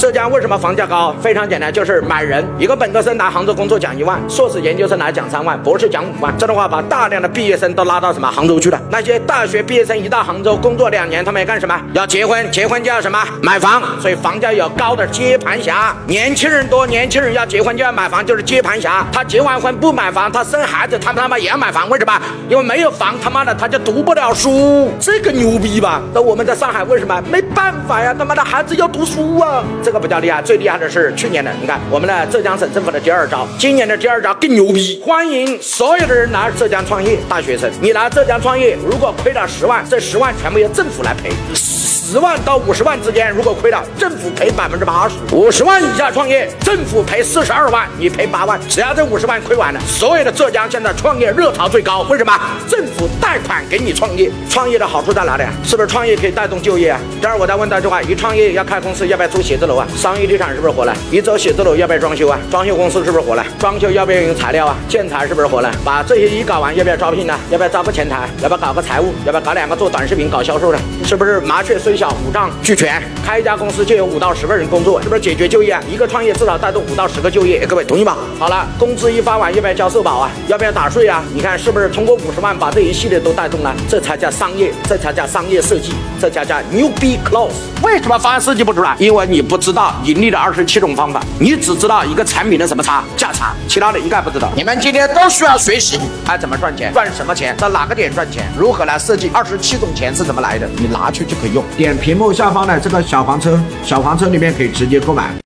浙江为什么房价高？非常简单，就是买人。一个本科生来杭州工作奖1万，硕士研究生来奖3万，博士奖5万。这的话，把大量的毕业生都拉到什么杭州去了。那些大学毕业生一到杭州工作2年，他们要干什么？要结婚，结婚就要什么？买房。所以房价有高的接盘侠。年轻人多，年轻人要结婚就要买房，就是接盘侠。他结完婚不买房，他生孩子他妈也要买房，为什么？因为没有房，他妈的他就读不了书。这个牛逼吧？那我们在上海为什么没办法呀？他妈的孩子要读书啊！这个比较厉害，最厉害的是去年的，你看我们的浙江省政府的第2招，今年的第2招更牛逼，欢迎所有的人来浙江创业。大学生，你来浙江创业，如果亏了10万，这10万全部由政府来赔。10万到50万之间，如果亏了，政府赔80%；50万以下创业，政府赔42万，你赔8万。只要这50万亏完了，所有的浙江现在创业热潮最高。为什么？政府贷款给你创业，创业的好处在哪里啊？是不是创业可以带动就业啊？第二，我再问大家句话：一创业要开公司，要不要租写字楼啊？商业地产是不是火了？一走写字楼要不要装修啊？装修公司是不是火了？装修要不要用材料啊？建材是不是火了？把这些一搞完，要不要招聘呢？要不要招个前台？要不要搞个财务？要不要搞2个做短视频搞销售的？是不是麻雀虽小五脏俱全？开一家公司就有5到10个人工作，是不是解决就业啊？一个创业至少带动5到10个就业，各位同意吗？好了，工资一发完，要不要交社保啊？要不要打税啊？你看是不是通过50万把这一系列都带动了？这才叫商业，这才叫商业设计，这才叫 New B Close。为什么方案设计不出来？因为你不知道盈利的27种方法，你只知道一个产品的什么差价差，其他的一概不知道。你们今天都需要学习，怎么赚钱，赚什么钱，到哪个点赚钱，如何来设计27种钱是怎么来的，你拿去就可以用。点屏幕下方的这个小黄车里面可以直接购买。